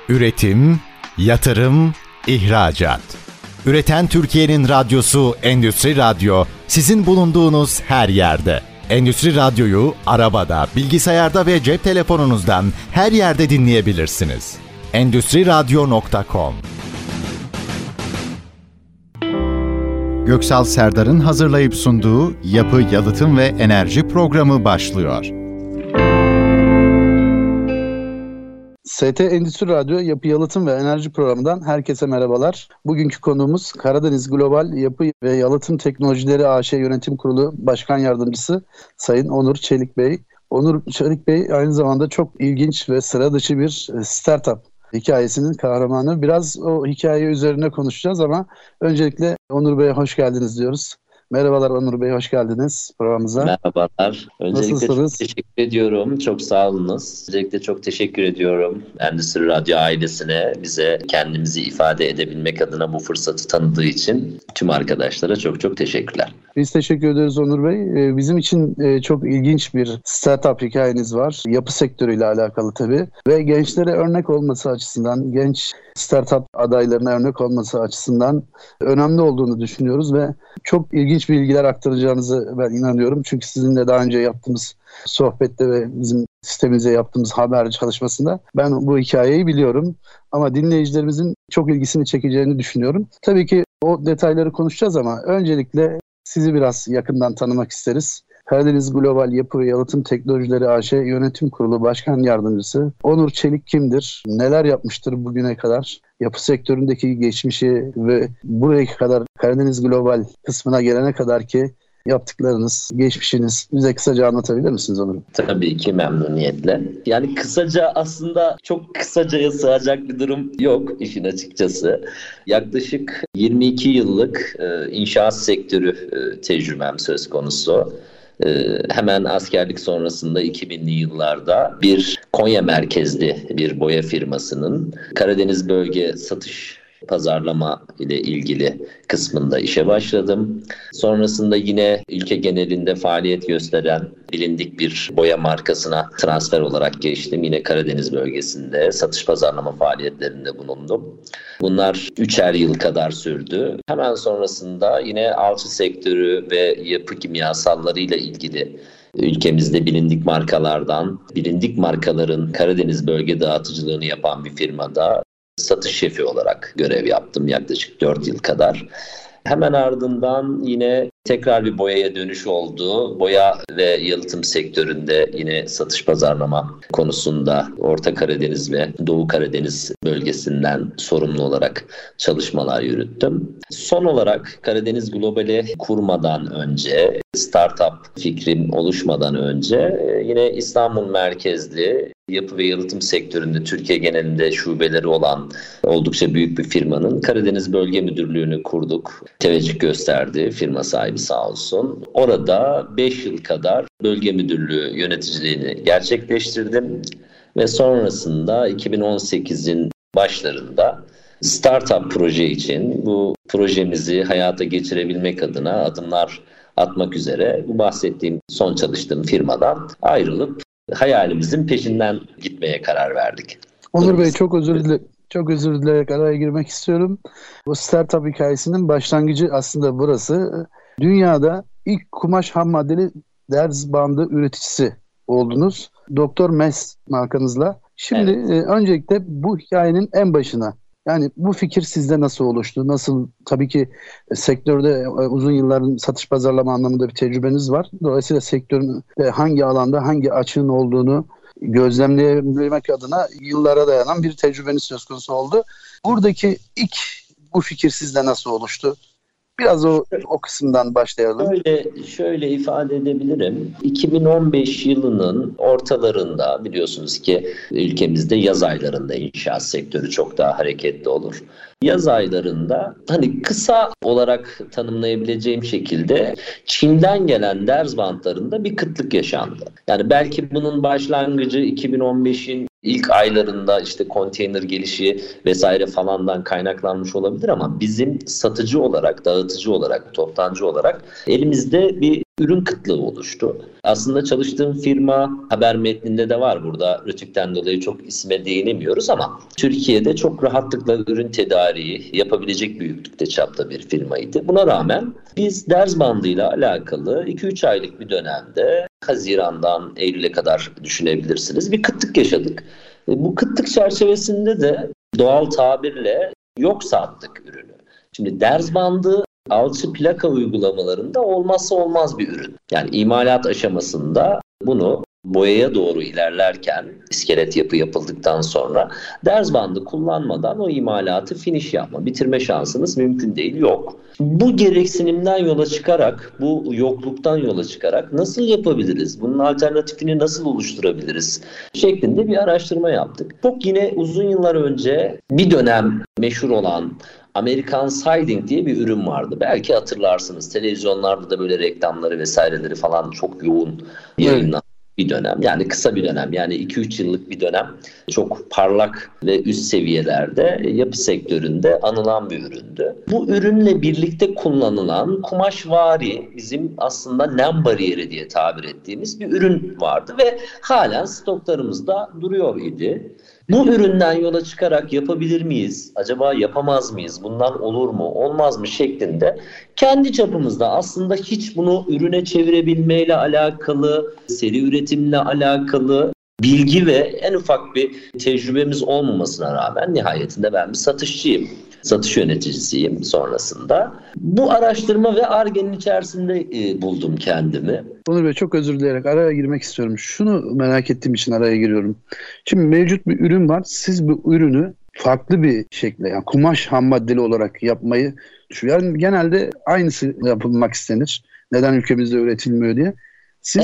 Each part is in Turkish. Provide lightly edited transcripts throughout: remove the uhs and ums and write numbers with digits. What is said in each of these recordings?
Üretim, yatırım, ihracat. Üreten Türkiye'nin radyosu Endüstri Radyo, sizin bulunduğunuz her yerde. Endüstri Radyo'yu arabada, bilgisayarda ve cep telefonunuzdan her yerde dinleyebilirsiniz. Endüstriradyo.com. Göksal Serdar'ın hazırlayıp sunduğu Yapı, Yalıtım ve Enerji programı başlıyor. ST Endüstri Radyo Yapı, Yalıtım ve Enerji programından herkese merhabalar. Bugünkü konuğumuz Karadeniz Global Yapı ve Yalıtım Teknolojileri AŞ Yönetim Kurulu Başkan Yardımcısı Sayın Onur Çelik Bey. Onur Çelik Bey aynı zamanda çok ilginç ve sıra dışı bir startup hikayesinin kahramanı. Biraz o hikaye üzerine konuşacağız ama öncelikle Onur Bey'e hoş geldiniz diyoruz. Merhabalar Onur Bey, hoş geldiniz programımıza. Merhabalar. Öncelikle Nasılsınız? çok teşekkür ediyorum. Çok sağ olunuz. Öncelikle çok teşekkür ediyorum Endüstri Radyo ailesine, bize kendimizi ifade edebilmek adına bu fırsatı tanıdığı için tüm arkadaşlara çok çok teşekkürler. Biz teşekkür ediyoruz Onur Bey. Bizim için çok ilginç bir startup hikayeniz var. Yapı sektörüyle alakalı tabii. Ve gençlere örnek olması açısından, genç startup adaylarına örnek olması açısından önemli olduğunu düşünüyoruz ve çok ilginç bilgiler aktaracağınızı ben inanıyorum. Çünkü sizinle daha önce yaptığımız sohbette ve bizim sistemimize yaptığımız haber çalışmasında ben bu hikayeyi biliyorum. Ama dinleyicilerimizin çok ilgisini çekeceğini düşünüyorum. Tabii ki o detayları konuşacağız ama öncelikle sizi biraz yakından tanımak isteriz. Karadeniz Global Yapı ve Yalıtım Teknolojileri AŞ Yönetim Kurulu Başkan Yardımcısı Onur Çelik kimdir? Neler yapmıştır bugüne kadar? Yapı sektöründeki geçmişi ve buraya kadar Karadeniz Global kısmına gelene kadar ki yaptıklarınız, geçmişiniz bize kısaca anlatabilir misiniz Onur? Tabii ki memnuniyetle. Yani kısaca, aslında çok kısacaya sığacak bir durum yok işin açıkçası. Yaklaşık 22 yıllık inşaat sektörü tecrübem söz konusu. Hemen askerlik sonrasında 2000'li yıllarda bir Konya merkezli bir boya firmasının Karadeniz bölge satış pazarlama ile ilgili kısmında işe başladım. Sonrasında yine ülke genelinde faaliyet gösteren bilindik bir boya markasına transfer olarak geçtim. Yine Karadeniz bölgesinde satış pazarlama faaliyetlerinde bulundum. Bunlar 3'er yıl kadar sürdü. Hemen sonrasında yine alçı sektörü ve yapı kimyasallarıyla ilgili ülkemizde bilindik markalardan, bilindik markaların Karadeniz bölge dağıtıcılığını yapan bir firmada satış şefi olarak görev yaptım yaklaşık 4 yıl kadar. Hemen ardından yine tekrar bir boyaya dönüş oldu. Boya ve yalıtım sektöründe yine satış pazarlama konusunda Orta Karadeniz ve Doğu Karadeniz bölgesinden sorumlu olarak çalışmalar yürüttüm. Son olarak Karadeniz Global'i kurmadan önce, startup fikrim oluşmadan önce yine İstanbul merkezli yapı ve yalıtım sektöründe Türkiye genelinde şubeleri olan oldukça büyük bir firmanın Karadeniz Bölge Müdürlüğü'nü kurduk. Teveccüh gösterdi firma sahibi sağ olsun. Orada 5 yıl kadar bölge müdürlüğü yöneticiliğini gerçekleştirdim. Ve sonrasında 2018'in başlarında startup proje için bu projemizi hayata geçirebilmek adına adımlar atmak üzere bu bahsettiğim son çalıştığım firmadan ayrılıp hayalimizin peşinden gitmeye karar verdik. Onur Bey çok özür dileyerek araya girmek istiyorum. Bu startup hikayesinin başlangıcı aslında burası. Dünyada ilk kumaş ham maddeli ders bandı üreticisi oldunuz. Doktor Mes markanızla. Şimdi Evet. Öncelikle bu hikayenin en başına. Yani bu fikir sizde nasıl oluştu? Nasıl? Tabii ki sektörde uzun yılların satış pazarlama anlamında bir tecrübeniz var. Dolayısıyla sektörün hangi alanda hangi açığın olduğunu gözlemleyebilmek adına yıllara dayanan bir tecrübeniz söz konusu oldu. Buradaki ilk bu fikir sizde nasıl oluştu? Biraz o kısımdan başlayalım. Şöyle ifade edebilirim. 2015 yılının ortalarında biliyorsunuz ki ülkemizde yaz aylarında inşaat sektörü çok daha hareketli olur. Yaz aylarında hani kısa olarak tanımlayabileceğim şekilde Çin'den gelen derz bantlarında bir kıtlık yaşandı. Yani belki bunun başlangıcı 2015'in ilk aylarında işte konteyner gelişi vesaire falandan kaynaklanmış olabilir ama bizim satıcı olarak, dağıtıcı olarak, toptancı olarak elimizde bir ürün kıtlığı oluştu. Aslında çalıştığım firma haber metninde de var, burada rütükten dolayı çok isme değinemiyoruz ama Türkiye'de çok rahatlıkla ürün tedariği yapabilecek büyüklükte, çapta bir firmaydı. Buna rağmen biz ders bandıyla alakalı 2-3 aylık bir dönemde, Haziran'dan Eylül'e kadar düşünebilirsiniz, bir kıtlık yaşadık. Bu kıtlık çerçevesinde de doğal tabirle yok sattık ürünü. Şimdi ders bandı alçı plaka uygulamalarında olmazsa olmaz bir ürün. Yani imalat aşamasında bunu boyaya doğru ilerlerken, iskelet yapı yapıldıktan sonra ders bandı kullanmadan o imalatı finish yapma, bitirme şansınız mümkün değil, yok. Bu gereksinimden yola çıkarak, bu yokluktan yola çıkarak nasıl yapabiliriz, bunun alternatifini nasıl oluşturabiliriz şeklinde bir araştırma yaptık. Çok yine uzun yıllar önce bir dönem meşhur olan American Siding diye bir ürün vardı. Belki hatırlarsınız. Televizyonlarda da böyle reklamları vesaireleri falan çok yoğun yayınlanan bir dönem. Yani kısa bir dönem. Yani 2-3 yıllık bir dönem. Çok parlak ve üst seviyelerde yapı sektöründe anılan bir üründü. Bu ürünle birlikte kullanılan kumaşvari, bizim aslında nem bariyeri diye tabir ettiğimiz bir ürün vardı ve halen stoklarımızda duruyor idi. Bu üründen yola çıkarak yapabilir miyiz? Acaba yapamaz mıyız? Bundan olur mu? Olmaz mı? Şeklinde kendi çapımızda aslında hiç bunu ürüne çevirebilmeyle alakalı, seri üretimle alakalı bilgi ve en ufak bir tecrübemiz olmamasına rağmen nihayetinde ben bir satışçıyım. Satış yöneticisiyim sonrasında. Bu araştırma ve Ar-Ge'nin içerisinde buldum kendimi. Onur Bey, çok özür dileyerek araya girmek istiyorum. Şunu merak ettiğim için araya giriyorum. Şimdi mevcut bir ürün var. Siz bu ürünü farklı bir şekilde, yani kumaş ham maddeli olarak yapmayı düşünüyorsunuz. Yani genelde aynısı yapılmak istenir. Neden ülkemizde üretilmiyor diye. Siz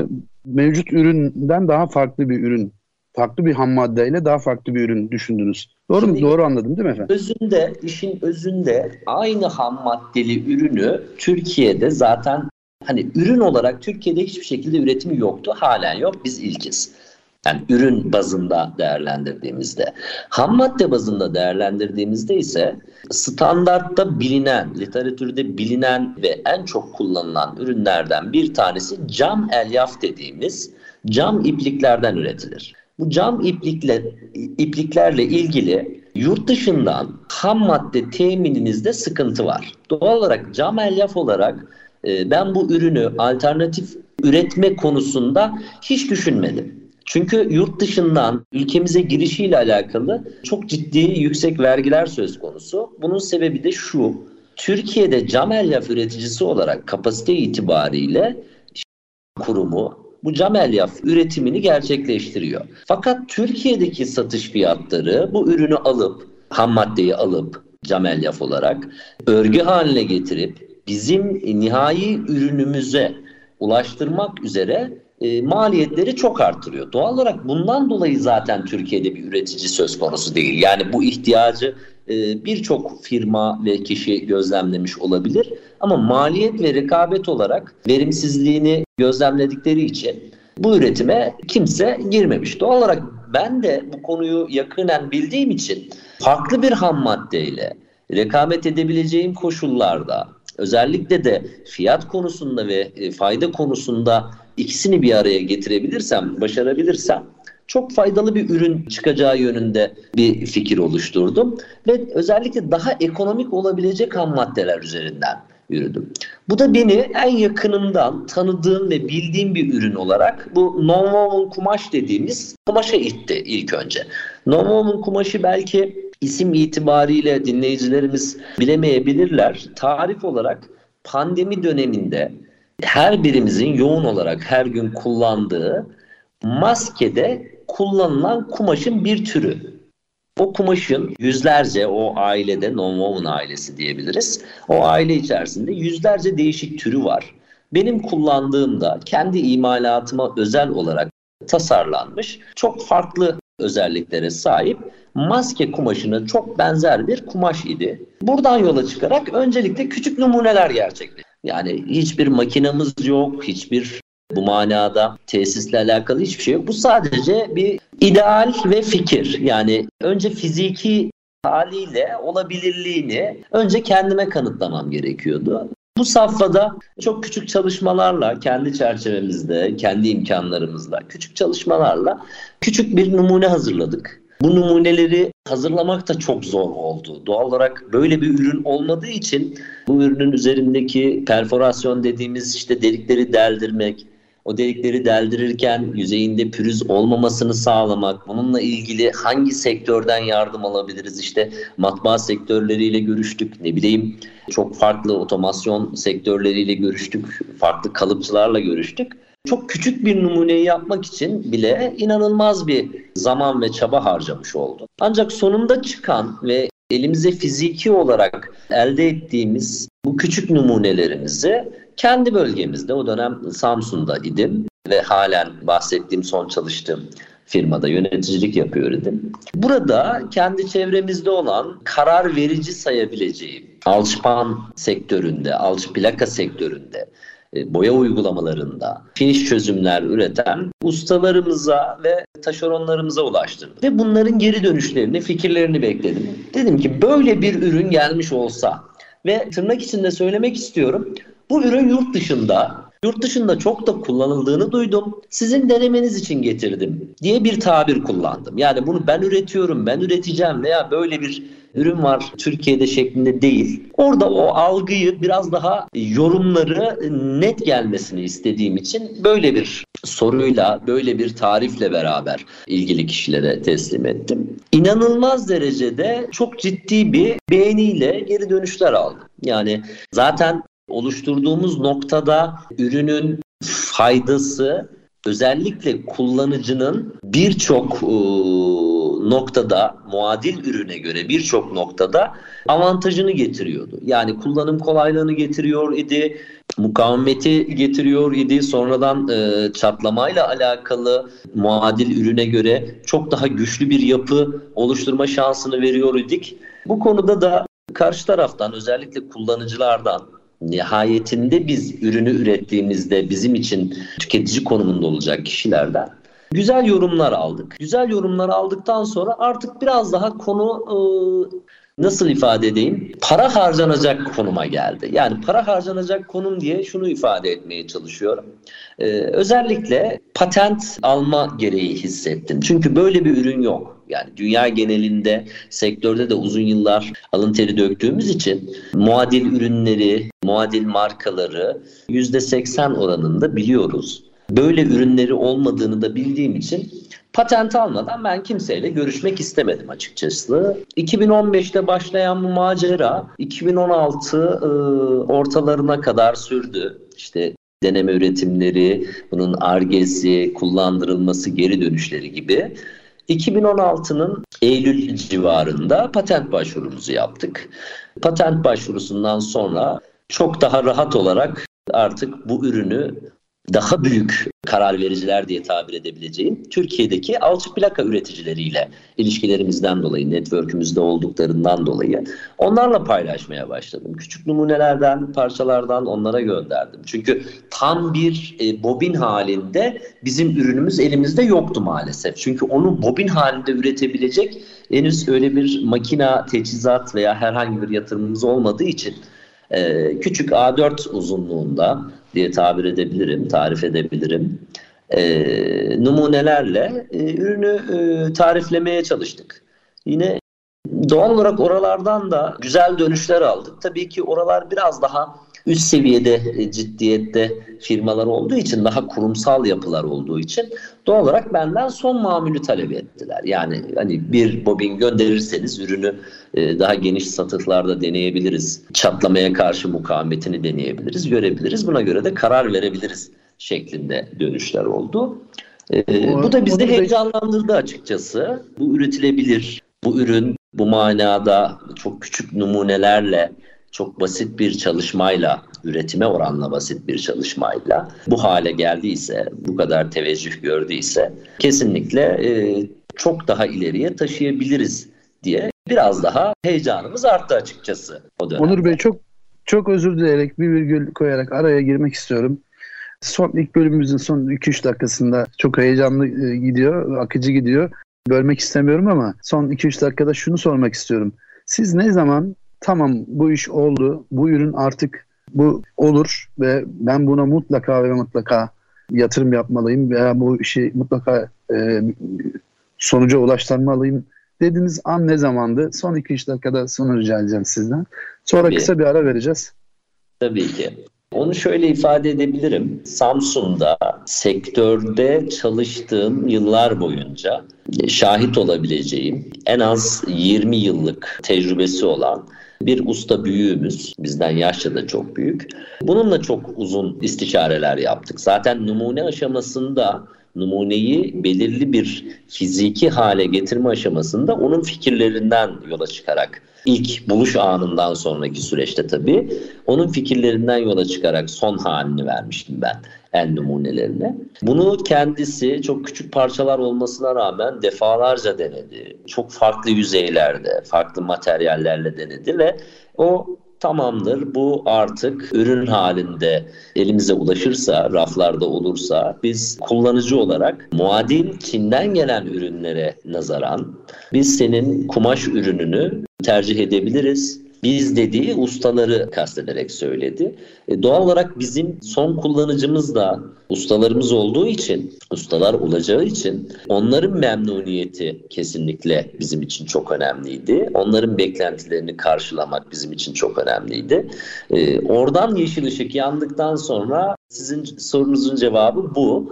mevcut üründen daha farklı bir ürün, farklı bir ham maddeyle daha farklı bir ürün düşündünüz. Doğru mu? Doğru anladım değil mi efendim? İşin özünde aynı ham maddeli ürünü Türkiye'de zaten ürün olarak Türkiye'de hiçbir şekilde üretimi yoktu. Halen yok. Biz ilkiz. Yani ürün bazında değerlendirdiğimizde. Ham madde bazında değerlendirdiğimizde ise standartta bilinen, literatürde bilinen ve en çok kullanılan ürünlerden bir tanesi cam elyaf dediğimiz cam ipliklerden üretilir. Bu cam ipliklerle ilgili yurt dışından ham madde temininizde sıkıntı var. Doğal olarak cam elyaf olarak ben bu ürünü alternatif üretme konusunda hiç düşünmedim. Çünkü yurt dışından ülkemize girişiyle alakalı çok ciddi yüksek vergiler söz konusu. Bunun sebebi de şu: Türkiye'de cam elyaf üreticisi olarak kapasite itibariyle kurumu bu cam elyaf üretimini gerçekleştiriyor. Fakat Türkiye'deki satış fiyatları bu ürünü alıp, ham maddeyi alıp cam elyaf olarak örgü haline getirip bizim nihai ürünümüze ulaştırmak üzere maliyetleri çok artırıyor. Doğal olarak bundan dolayı zaten Türkiye'de bir üretici söz konusu değil. Yani bu ihtiyacı birçok firma ve kişi gözlemlemiş olabilir. Ama maliyet ve rekabet olarak verimsizliğini gözlemledikleri için bu üretime kimse girmemiş. Doğal olarak ben de bu konuyu yakinen bildiğim için farklı bir ham maddeyle rekabet edebileceğim koşullarda, özellikle de fiyat konusunda ve fayda konusunda ikisini bir araya getirebilirsem, başarabilirsem çok faydalı bir ürün çıkacağı yönünde bir fikir oluşturdum. Ve özellikle daha ekonomik olabilecek ham maddeler üzerinden yürüdüm. Bu da beni en yakınımdan tanıdığım ve bildiğim bir ürün olarak bu nonwoven kumaş dediğimiz kumaşa itti ilk önce. Nonwoven kumaşı belki isim itibariyle dinleyicilerimiz bilemeyebilirler. Tarif olarak pandemi döneminde her birimizin yoğun olarak her gün kullandığı maskede kullanılan kumaşın bir türü. O kumaşın yüzlerce, o ailede nonwoven ailesi diyebiliriz. O aile içerisinde yüzlerce değişik türü var. Benim kullandığımda kendi imalatıma özel olarak tasarlanmış çok farklı özelliklere sahip maske kumaşına çok benzer bir kumaş idi. Buradan yola çıkarak öncelikle küçük numuneler gerçekleştirdik. Yani hiçbir makinamız yok, hiçbir bu manada tesisle alakalı hiçbir şey yok. Bu sadece bir ideal ve fikir. Yani önce fiziki haliyle olabilirliğini önce kendime kanıtlamam gerekiyordu. Bu safhada çok küçük çalışmalarla, kendi çerçevemizde, kendi imkanlarımızla, küçük çalışmalarla küçük bir numune hazırladık. Bu numuneleri hazırlamak da çok zor oldu. Doğal olarak böyle bir ürün olmadığı için bu ürünün üzerindeki perforasyon dediğimiz işte delikleri deldirmek, o delikleri deldirirken yüzeyinde pürüz olmamasını sağlamak, bununla ilgili hangi sektörden yardım alabiliriz? İşte matbaa sektörleriyle görüştük, ne bileyim çok farklı otomasyon sektörleriyle görüştük, farklı kalıpçılarla görüştük. Çok küçük bir numuneyi yapmak için bile inanılmaz bir zaman ve çaba harcamış oldum. Ancak sonunda çıkan ve elimize fiziki olarak elde ettiğimiz bu küçük numunelerimizi kendi bölgemizde, o dönem Samsun'da idim ve halen bahsettiğim son çalıştığım firmada yöneticilik yapıyor idim. Burada kendi çevremizde olan karar verici sayabileceğim alçıpan sektöründe, alçı plaka sektöründe, boya uygulamalarında finish çözümler üreten ustalarımıza ve taşeronlarımıza ulaştırdım. Ve bunların geri dönüşlerini, fikirlerini bekledim. Dedim ki böyle bir ürün gelmiş olsa ve tırnak içinde söylemek istiyorum, bu ürün yurt dışında çok da kullanıldığını duydum. Sizin denemeniz için getirdim diye bir tabir kullandım. Yani bunu ben üretiyorum, ben üreteceğim veya böyle bir ürün var Türkiye'de şeklinde değil. Orada o algıyı biraz daha yorumları net gelmesini istediğim için böyle bir soruyla, böyle bir tarifle beraber ilgili kişilere teslim ettim. İnanılmaz derecede çok ciddi bir beğeniyle geri dönüşler aldım. Yani zaten oluşturduğumuz noktada ürünün faydası özellikle kullanıcının birçok noktada, muadil ürüne göre birçok noktada avantajını getiriyordu. Yani kullanım kolaylığını getiriyor idi, mukavemeti getiriyor idi. Sonradan çatlamayla alakalı muadil ürüne göre çok daha güçlü bir yapı oluşturma şansını veriyor idik. Bu konuda da karşı taraftan, özellikle kullanıcılardan, nihayetinde biz ürünü ürettiğimizde bizim için tüketici konumunda olacak kişilerden güzel yorumlar aldık. Güzel yorumlar aldıktan sonra artık biraz daha konu nasıl ifade edeyim? Para harcanacak konuma geldi. Yani para harcanacak konum diye şunu ifade etmeye çalışıyorum. Özellikle patent alma gereği hissettim. Çünkü böyle bir ürün yok. Yani dünya genelinde, sektörde de uzun yıllar alın teri döktüğümüz için muadil ürünleri, muadil markaları %80 oranında biliyoruz. Böyle ürünleri olmadığını da bildiğim için patent almadan ben kimseyle görüşmek istemedim açıkçası. 2015'te başlayan bu macera 2016 ortalarına kadar sürdü. İşte deneme üretimleri, bunun Ar-Ge'si, kullandırılması, geri dönüşleri gibi. 2016'nın Eylül civarında patent başvurumuzu yaptık. Patent başvurusundan sonra çok daha rahat olarak artık bu ürünü daha büyük karar vericiler diye tabir edebileceğim Türkiye'deki alçı plaka üreticileriyle ilişkilerimizden dolayı, network'ümüzde olduklarından dolayı onlarla paylaşmaya başladım. Küçük numunelerden, parçalardan onlara gönderdim. Çünkü tam bir bobin halinde bizim ürünümüz elimizde yoktu maalesef. Çünkü onu bobin halinde üretebilecek henüz öyle bir makina, teçhizat veya herhangi bir yatırımımız olmadığı için küçük A4 uzunluğunda diye tarif edebilirim. Numunelerle ürünü tariflemeye çalıştık. Yine doğal olarak oralardan da güzel dönüşler aldık. Tabii ki oralar biraz daha üst seviyede, ciddiyette firmalar olduğu için, daha kurumsal yapılar olduğu için doğal olarak benden son mamülü talep ettiler. Yani hani bir bobin gönderirseniz ürünü daha geniş satıklarda deneyebiliriz. Çatlamaya karşı mukavemetini deneyebiliriz, görebiliriz. Buna göre de karar verebiliriz şeklinde dönüşler oldu. Bu da bizi heyecanlandırdı açıkçası. Bu üretilebilir. Bu ürün bu manada çok küçük numunelerle, çok basit bir çalışmayla, üretime oranla basit bir çalışmayla bu hale geldiyse, bu kadar teveccüh gördüyse kesinlikle çok daha ileriye taşıyabiliriz diye biraz daha heyecanımız arttı açıkçası o dönemde. Onur Bey, çok özür dileyerek bir virgül koyarak araya girmek istiyorum. İlk bölümümüzün son 2-3 dakikasında çok heyecanlı gidiyor, akıcı gidiyor. Bölmek istemiyorum ama son 2-3 dakikada şunu sormak istiyorum. Siz ne zaman tamam bu iş oldu, bu ürün artık bu olur ve ben buna mutlaka ve mutlaka yatırım yapmalıyım veya bu işi mutlaka sonuca ulaştırmalıyım dediğiniz an ne zamandı? Son 2-3 dakikada sonu rica edeceğim sizden. Sonra kısa bir ara vereceğiz. Tabii ki. Onu şöyle ifade edebilirim. Samsun'da sektörde çalıştığım yıllar boyunca şahit olabileceğim en az 20 yıllık tecrübesi olan bir usta büyüğümüz, bizden yaşça da çok büyük. Bununla çok uzun istişareler yaptık. Zaten numune aşamasında, numuneyi belirli bir fiziki hale getirme aşamasında onun fikirlerinden yola çıkarak, ilk buluş anından sonraki süreçte tabii, onun fikirlerinden yola çıkarak son halini vermiştim ben el numunelerine. Bunu kendisi çok küçük parçalar olmasına rağmen defalarca denedi. Çok farklı yüzeylerde, farklı materyallerle denedi ve o tamamdır, bu artık ürün halinde elimize ulaşırsa, raflarda olursa biz kullanıcı olarak muadil Çin'den gelen ürünlere nazaran biz senin kumaş ürününü tercih edebiliriz. Biz dediği ustaları kastederek söyledi. Doğal olarak bizim son kullanıcımız da ustalarımız olduğu için, ustalar olacağı için onların memnuniyeti kesinlikle bizim için çok önemliydi. Onların beklentilerini karşılamak bizim için çok önemliydi. Oradan yeşil ışık yandıktan sonra sizin sorunuzun cevabı bu.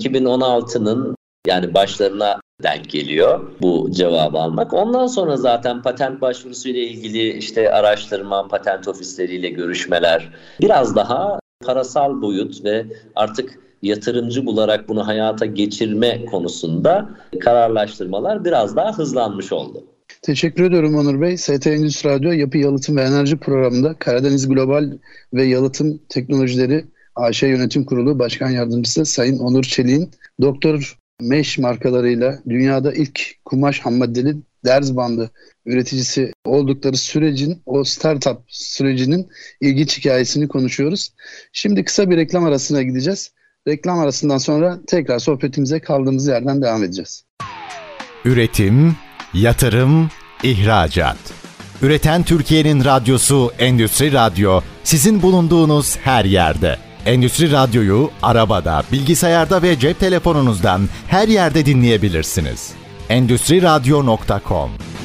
2016'nın yani başlarına denk geliyor bu cevabı almak. Ondan sonra zaten patent başvurusu ile ilgili işte araştırma, patent ofisleriyle görüşmeler, biraz daha parasal boyut ve artık yatırımcı bularak bunu hayata geçirme konusunda kararlaştırmalar biraz daha hızlanmış oldu. Teşekkür ediyorum Onur Bey. ST Endüstri Radyo Yapı Yalıtım ve Enerji programında Karadeniz Global ve Yalıtım Teknolojileri AŞ Yönetim Kurulu Başkan Yardımcısı Sayın Onur Çelik'in Doktor Mesh markalarıyla dünyada ilk kumaş hammaddeli derz bandı üreticisi oldukları sürecin, o startup sürecinin ilginç hikayesini konuşuyoruz. Şimdi kısa bir reklam arasına gideceğiz. Reklam arasından sonra tekrar sohbetimize kaldığımız yerden devam edeceğiz. Üretim, yatırım, ihracat. Üreten Türkiye'nin radyosu Endüstri Radyo, sizin bulunduğunuz her yerde. Endüstri Radyo'yu arabada, bilgisayarda ve cep telefonunuzdan her yerde dinleyebilirsiniz. Endüstriradyo.com.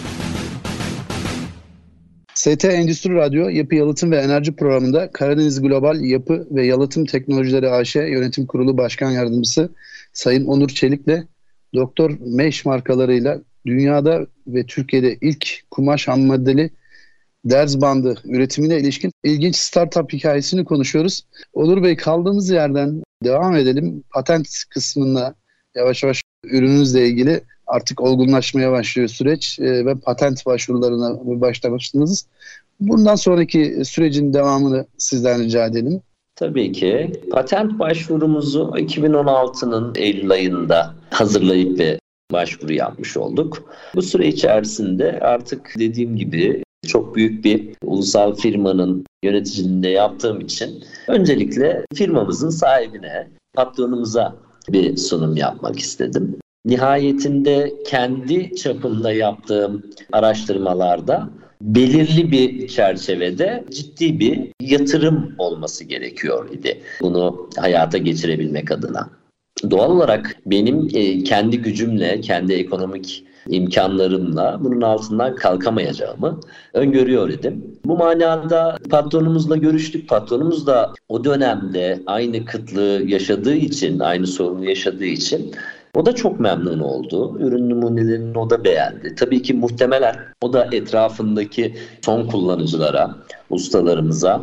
ST Endüstri Radyo Yapı Yalıtım ve Enerji programında Karadeniz Global Yapı ve Yalıtım Teknolojileri AŞ Yönetim Kurulu Başkan Yardımcısı Sayın Onur Çelik'le Doktor Mesh markalarıyla dünyada ve Türkiye'de ilk kumaş hammaddeli derz bandı üretimine ilişkin ilginç startup hikayesini konuşuyoruz. Onur Bey, kaldığımız yerden devam edelim. Patent kısmında yavaş yavaş ürününüzle ilgili artık olgunlaşmaya başlıyor süreç ve patent başvurularına başlamışsınız. Bundan sonraki sürecin devamını sizden rica edelim. Tabii ki. Patent başvurumuzu 2016'nın Eylül ayında hazırlayıp ve başvuru yapmış olduk. Bu süre içerisinde artık dediğim gibi çok büyük bir ulusal firmanın yöneticiliğinde yaptığım için öncelikle firmamızın sahibine, patronumuza bir sunum yapmak istedim. Nihayetinde kendi çapımda yaptığım araştırmalarda belirli bir çerçevede ciddi bir yatırım olması gerekiyor idi bunu hayata geçirebilmek adına. Doğal olarak benim kendi gücümle, kendi ekonomik imkanlarımla bunun altından kalkamayacağımı öngörüyor idim. Bu manada patronumuzla görüştük. Patronumuz da o dönemde aynı kıtlığı yaşadığı için, aynı sorunu yaşadığı için o da çok memnun oldu. Ürün numunelerini o da beğendi. Tabii ki muhtemelen o da etrafındaki son kullanıcılara, ustalarımıza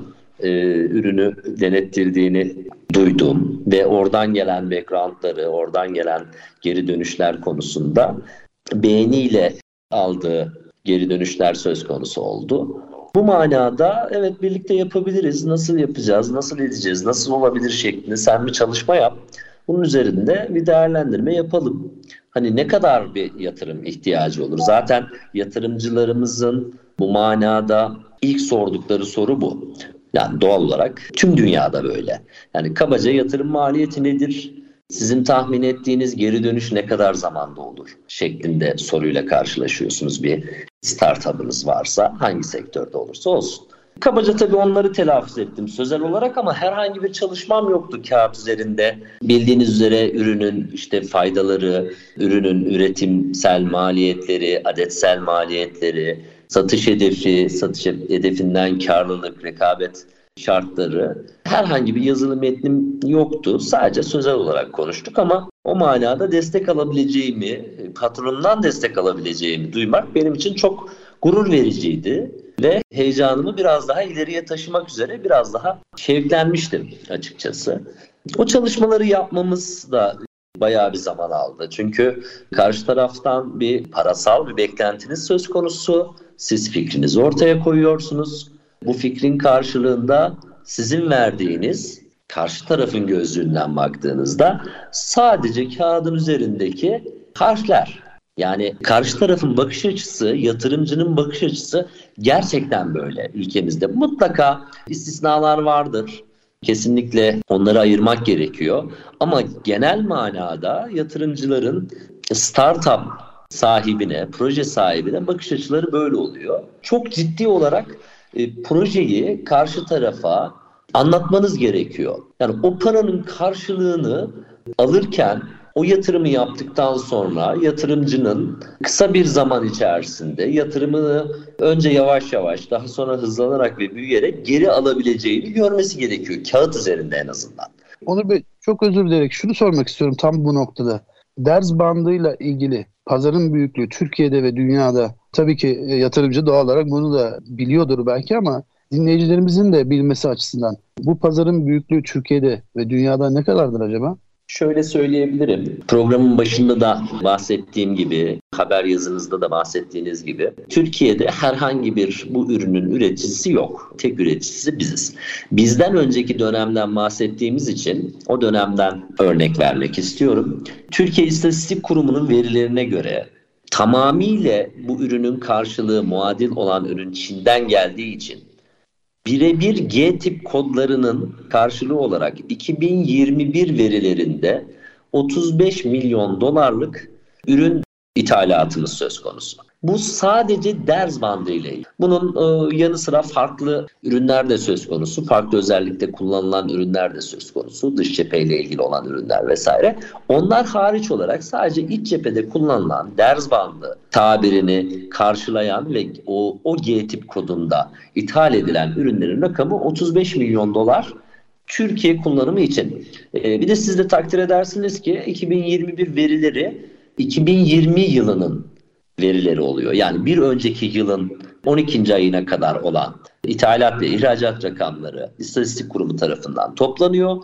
ürünü denettirdiğini duydum ve oradan gelen backgroundları, oradan gelen geri dönüşler konusunda beğeniyle aldığı geri dönüşler söz konusu oldu. Bu manada evet birlikte yapabiliriz, nasıl yapacağız, nasıl edeceğiz, nasıl olabilir şeklinde sen bir çalışma yap. Bunun üzerinde bir değerlendirme yapalım. Hani ne kadar bir yatırım ihtiyacı olur? Zaten yatırımcılarımızın bu manada ilk sordukları soru bu. Yani doğal olarak tüm dünyada böyle. Yani kabaca yatırım maliyeti nedir? Sizin tahmin ettiğiniz geri dönüş ne kadar zamanda olur? Şeklinde soruyla karşılaşıyorsunuz bir startup'ınız varsa hangi sektörde olursa olsun. Kabaca tabii onları telaffuz ettim sözel olarak ama herhangi bir çalışmam yoktu kağıt üzerinde. Bildiğiniz üzere ürünün işte faydaları, ürünün üretimsel maliyetleri, adetsel maliyetleri, satış hedefi, satış hedefinden karlılık, rekabet şartları, herhangi bir yazılı metnim yoktu. Sadece sözel olarak konuştuk ama o manada destek alabileceğimi, patronumdan destek alabileceğimi duymak benim için çok gurur vericiydi. Ve heyecanımı biraz daha ileriye taşımak üzere biraz daha şevklenmiştim açıkçası. O çalışmaları yapmamız da bayağı bir zaman aldı. Çünkü karşı taraftan bir parasal bir beklentiniz söz konusu. Siz fikrinizi ortaya koyuyorsunuz. Bu fikrin karşılığında sizin verdiğiniz, karşı tarafın gözlüğünden baktığınızda sadece kağıdın üzerindeki harfler. Yani karşı tarafın bakış açısı, yatırımcının bakış açısı gerçekten böyle ülkemizde. Mutlaka istisnalar vardır. Kesinlikle onları ayırmak gerekiyor. Ama genel manada yatırımcıların startup sahibine, proje sahibine bakış açıları böyle oluyor. Çok ciddi olarak projeyi karşı tarafa anlatmanız gerekiyor. Yani o paranın karşılığını alırken o yatırımı yaptıktan sonra yatırımcının kısa bir zaman içerisinde yatırımını önce yavaş yavaş daha sonra hızlanarak ve büyüyerek geri alabileceğini görmesi gerekiyor. Kağıt üzerinde en azından. Onur Bey, çok özür dileyerek şunu sormak istiyorum tam bu noktada. Ders bandıyla ilgili pazarın büyüklüğü Türkiye'de ve dünyada, tabii ki yatırımcı doğal olarak bunu da biliyordur belki ama dinleyicilerimizin de bilmesi açısından bu pazarın büyüklüğü Türkiye'de ve dünyada ne kadardır acaba? Şöyle söyleyebilirim. Programın başında da bahsettiğim gibi, haber yazınızda da bahsettiğiniz gibi Türkiye'de herhangi bir bu ürünün üreticisi yok. Tek üreticisi biziz. Bizden önceki dönemden bahsettiğimiz için o dönemden örnek vermek istiyorum. Türkiye İstatistik Kurumu'nun verilerine göre tamamıyla bu ürünün karşılığı muadil olan ürün Çin'den geldiği için birebir G-tip kodlarının karşılığı olarak 2021 verilerinde 35 milyon dolarlık ürün ithalatımız söz konusu. Bu sadece ders bandı ile ilgili. Bunun yanı sıra farklı ürünler de söz konusu. Farklı özellikle kullanılan ürünler de söz konusu. Dış cepheyle ilgili olan ürünler vesaire. Onlar hariç olarak sadece iç cephede kullanılan ders bandı tabirini karşılayan ve o G-tip kodunda ithal edilen ürünlerin rakamı 35 milyon dolar. Türkiye kullanımı için. Bir de siz de takdir edersiniz ki 2021 verileri 2020 yılının verileri oluyor. Yani bir önceki yılın 12. ayına kadar olan ithalat ve ihracat rakamları İstatistik Kurumu tarafından toplanıyor.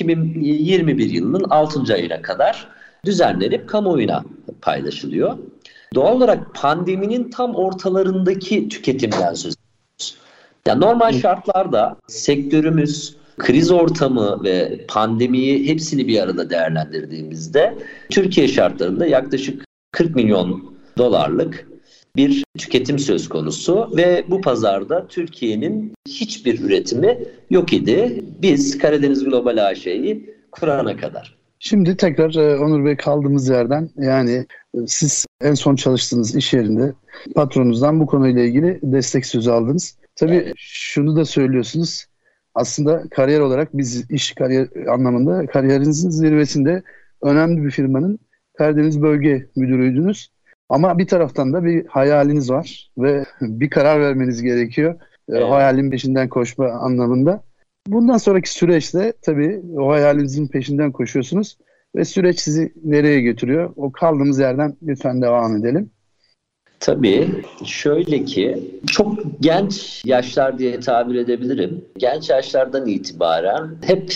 2021 yılının 6. ayına kadar düzenlenip kamuoyuna paylaşılıyor. Doğal olarak pandeminin tam ortalarındaki tüketimden söz ediyoruz. Yani normal şartlarda sektörümüz, kriz ortamı ve pandemiyi hepsini bir arada değerlendirdiğimizde Türkiye şartlarında yaklaşık 40 milyon dolarlık bir tüketim söz konusu ve bu pazarda Türkiye'nin hiçbir üretimi yok idi. Biz Karadeniz Global AŞ'yi kurana kadar. Şimdi tekrar Onur Bey kaldığımız yerden, yani siz en son çalıştığınız iş yerinde patronunuzdan bu konuyla ilgili destek sözü aldınız. Tabii evet. Şunu da söylüyorsunuz. Aslında kariyer olarak biz iş kariyer anlamında kariyerinizin zirvesinde önemli bir firmanın Karadeniz Bölge Müdürüydünüz. Ama bir taraftan da bir hayaliniz var ve bir karar vermeniz gerekiyor. Evet. O hayalin peşinden koşma anlamında. Bundan sonraki süreçte tabii o hayalinizin peşinden koşuyorsunuz ve süreç sizi nereye götürüyor? O kaldığımız yerden lütfen devam edelim. Tabii şöyle ki çok genç yaşlar diye tabir edebilirim. Genç yaşlardan itibaren hep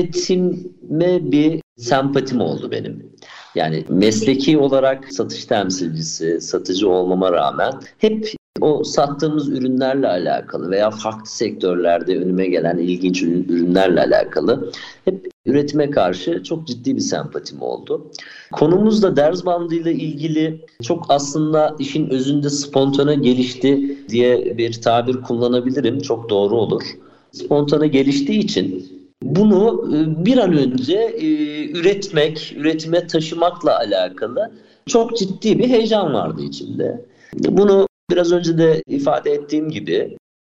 üretime bir sempatim oldu benim. Yani mesleki olarak satış temsilcisi, satıcı olmama rağmen hep o sattığımız ürünlerle alakalı veya farklı sektörlerde önüme gelen ilginç ürünlerle alakalı hep üretime karşı çok ciddi bir sempatim oldu. Konumuz da ders bandıyla ilgili çok aslında işin özünde spontane gelişti diye bir tabir kullanabilirim. Çok doğru olur. Spontane geliştiği için bunu bir an önce üretmek, üretime taşımakla alakalı çok ciddi bir heyecan vardı içimde. Bunu biraz önce de ifade ettiğim gibi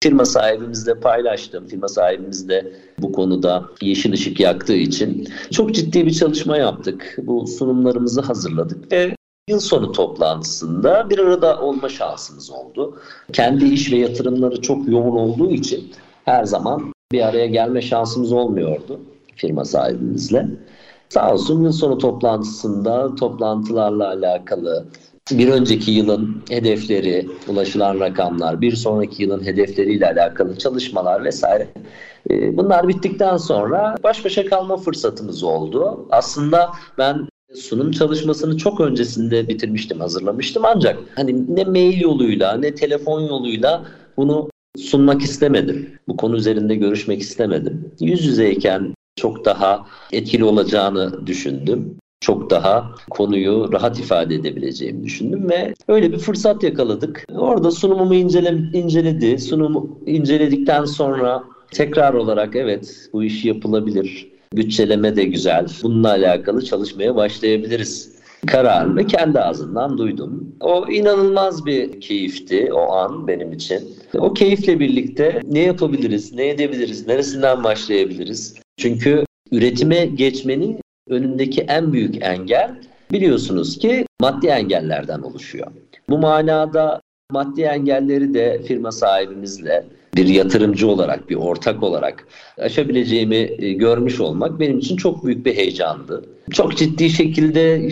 firma sahibimizle paylaştım. Firma sahibimiz de bu konuda yeşil ışık yaktığı için çok ciddi bir çalışma yaptık. Bu sunumlarımızı hazırladık ve yıl sonu toplantısında bir arada olma şansımız oldu. Kendi iş ve yatırımları çok yoğun olduğu için her zaman bir araya gelme şansımız olmuyordu firma sahibimizle. Sağ olsun yıl sonu toplantısında toplantılarla alakalı bir önceki yılın hedefleri, ulaşılan rakamlar, bir sonraki yılın hedefleriyle alakalı çalışmalar vesaire. Bunlar bittikten sonra baş başa kalma fırsatımız oldu. Aslında ben sunum çalışmasını çok öncesinde bitirmiştim, hazırlamıştım ancak hani ne mail yoluyla ne telefon yoluyla bunu sunmak istemedim. Bu konu üzerinde görüşmek istemedim. Yüz yüzeyken çok daha etkili olacağını düşündüm. Çok daha konuyu rahat ifade edebileceğimi düşündüm ve öyle bir fırsat yakaladık. Orada sunumumu inceledi. Sunumu inceledikten sonra tekrar olarak evet bu iş yapılabilir. Bütçeleme de güzel. Bununla alakalı çalışmaya başlayabiliriz kararını kendi ağzından duydum. O inanılmaz bir keyifti o an benim için. O keyifle birlikte ne yapabiliriz, ne edebiliriz, neresinden başlayabiliriz? Çünkü üretime geçmenin önündeki en büyük engel biliyorsunuz ki maddi engellerden oluşuyor. Bu manada maddi engelleri de firma sahibimizle bir yatırımcı olarak, bir ortak olarak aşabileceğimi görmüş olmak benim için çok büyük bir heyecandı. Çok ciddi şekilde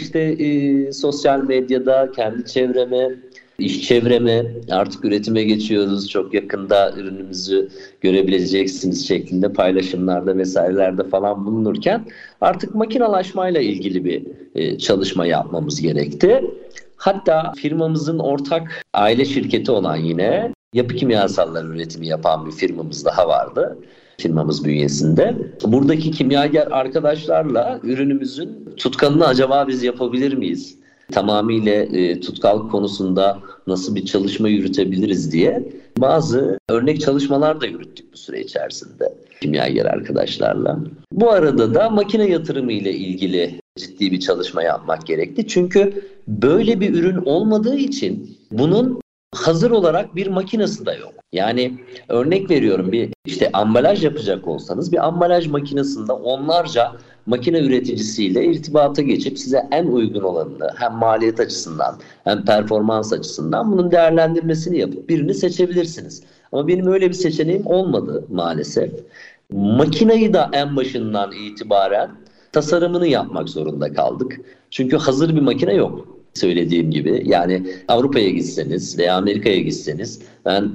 sosyal medyada kendi çevreme, iş çevreme artık üretime geçiyoruz. Çok yakında ürünümüzü görebileceksiniz şeklinde paylaşımlarda vesairelerde falan bulunurken artık makinalaşmayla ilgili bir çalışma yapmamız gerekti. Hatta firmamızın ortak aile şirketi olan yine yapı kimyasalları üretimi yapan bir firmamız daha vardı. Firmamız bünyesinde. Buradaki kimyager arkadaşlarla ürünümüzün tutkalını acaba biz yapabilir miyiz? Tamamıyla tutkal konusunda nasıl bir çalışma yürütebiliriz diye bazı örnek çalışmalar da yürüttük bu süre içerisinde kimyager arkadaşlarla. Bu arada da makine yatırımı ile ilgili ciddi bir çalışma yapmak gerekti. Çünkü böyle bir ürün olmadığı için bunun hazır olarak bir makinesi de yok. Yani örnek veriyorum bir ambalaj yapacak olsanız bir ambalaj makinesinde onlarca makine üreticisiyle irtibata geçip size en uygun olanını hem maliyet açısından hem performans açısından bunun değerlendirmesini yapıp birini seçebilirsiniz. Ama benim öyle bir seçeneğim olmadı maalesef. Makineyi da en başından itibaren tasarımını yapmak zorunda kaldık. Çünkü hazır bir makine yok. Söylediğim gibi yani Avrupa'ya gitseniz veya Amerika'ya gitseniz ben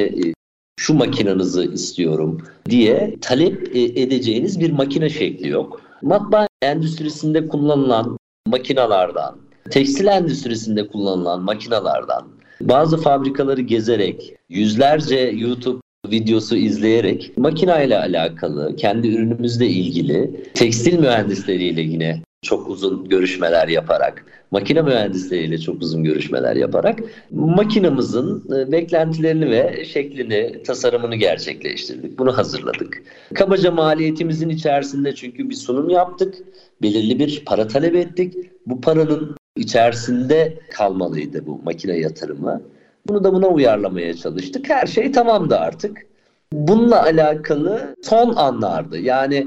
şu makinenizi istiyorum diye talep edeceğiniz bir makine şekli yok. Matbaa endüstrisinde kullanılan makinalardan, tekstil endüstrisinde kullanılan makinalardan, bazı fabrikaları gezerek, yüzlerce YouTube videosu izleyerek makinayla alakalı, kendi ürünümüzle ilgili, tekstil mühendisleriyle yine çok uzun görüşmeler yaparak, makine mühendisleriyle çok uzun görüşmeler yaparak makinamızın beklentilerini ve şeklini, tasarımını gerçekleştirdik. Bunu hazırladık. Kabaca maliyetimizin içerisinde çünkü bir sunum yaptık. Belirli bir para talep ettik. Bu paranın içerisinde kalmalıydı bu makine yatırımı. Bunu da buna uyarlamaya çalıştık. Her şey tamamdı artık. Bununla alakalı son anlardı. Yani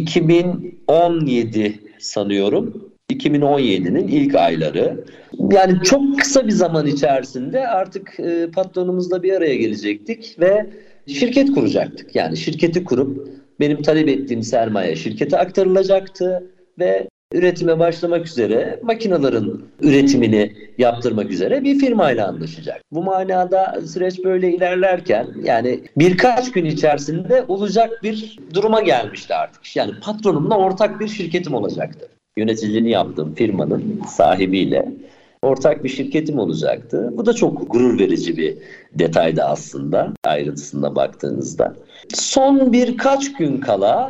2017 sanıyorum. 2017'nin ilk ayları. Yani çok kısa bir zaman içerisinde artık patronumuzla bir araya gelecektik ve şirket kuracaktık. Yani şirketi kurup benim talep ettiğim sermaye şirkete aktarılacaktı ve üretime başlamak üzere makinelerin üretimini yaptırmak üzere bir firmayla anlaşacak. Bu manada süreç böyle ilerlerken yani birkaç gün içerisinde olacak bir duruma gelmişti artık. Yani patronumla ortak bir şirketim olacaktı. Yöneticiliğini yaptığım firmanın sahibiyle ortak bir şirketim olacaktı. Bu da çok gurur verici bir detaydı aslında ayrıntısına baktığınızda. Son birkaç gün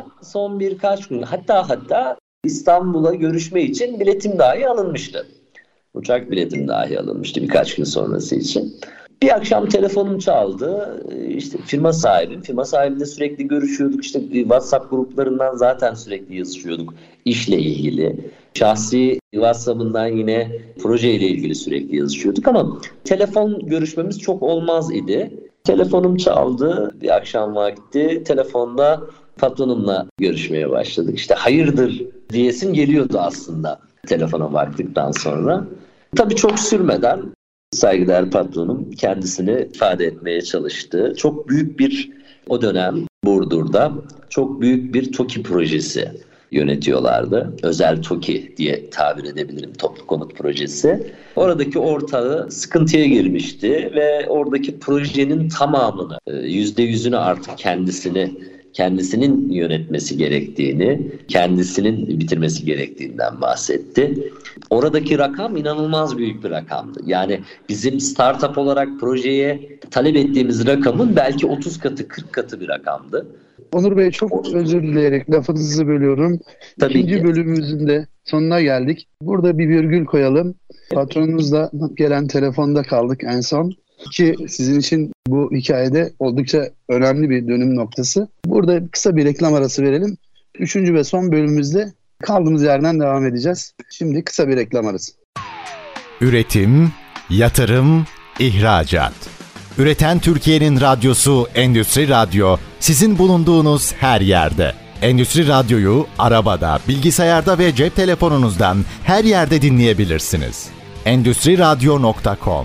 hatta İstanbul'a görüşme için biletim dahi alınmıştı. Uçak biletim dahi alınmıştı birkaç gün sonrası için. Bir akşam telefonum çaldı. Firma sahibiyle sürekli görüşüyorduk. WhatsApp gruplarından zaten sürekli yazışıyorduk işle ilgili. Şahsi WhatsApp'ından yine projeyle ilgili sürekli yazışıyorduk ama telefon görüşmemiz çok olmaz idi. Telefonum çaldı bir akşam vakti. Telefonda patronumla görüşmeye başladık. İşte hayırdır diyesim geliyordu aslında telefona baktıktan sonra. Tabii çok sürmeden saygıdeğer patronum kendisini ifade etmeye çalıştı. Çok büyük bir, o dönem Burdur'da çok büyük bir TOKİ projesi yönetiyorlardı. Özel TOKİ diye tabir edebilirim, toplu konut projesi. Oradaki ortağı sıkıntıya girmişti ve oradaki projenin tamamını, %100'ünü artık kendisinin yönetmesi gerektiğini, kendisinin bitirmesi gerektiğinden bahsetti. Oradaki rakam inanılmaz büyük bir rakamdı. Yani bizim startup olarak projeye talep ettiğimiz rakamın belki 30 katı, 40 katı bir rakamdı. Onur Bey, çok özür dileyerek lafınızı bölüyorum. Tabii İkinci ki. bölümümüzün de sonuna geldik. Burada bir virgül koyalım. Patronunuzla gelen telefonda kaldık en son. Ki sizin için bu hikayede oldukça önemli bir dönüm noktası. Burada kısa bir reklam arası verelim. 3. ve son bölümümüzde kaldığımız yerden devam edeceğiz. Şimdi kısa bir reklam arası. Üretim, yatırım, ihracat. Üreten Türkiye'nin radyosu Endüstri Radyo, sizin bulunduğunuz her yerde. Endüstri Radyo'yu arabada, bilgisayarda ve cep telefonunuzdan her yerde dinleyebilirsiniz. Endüstriradyo.com.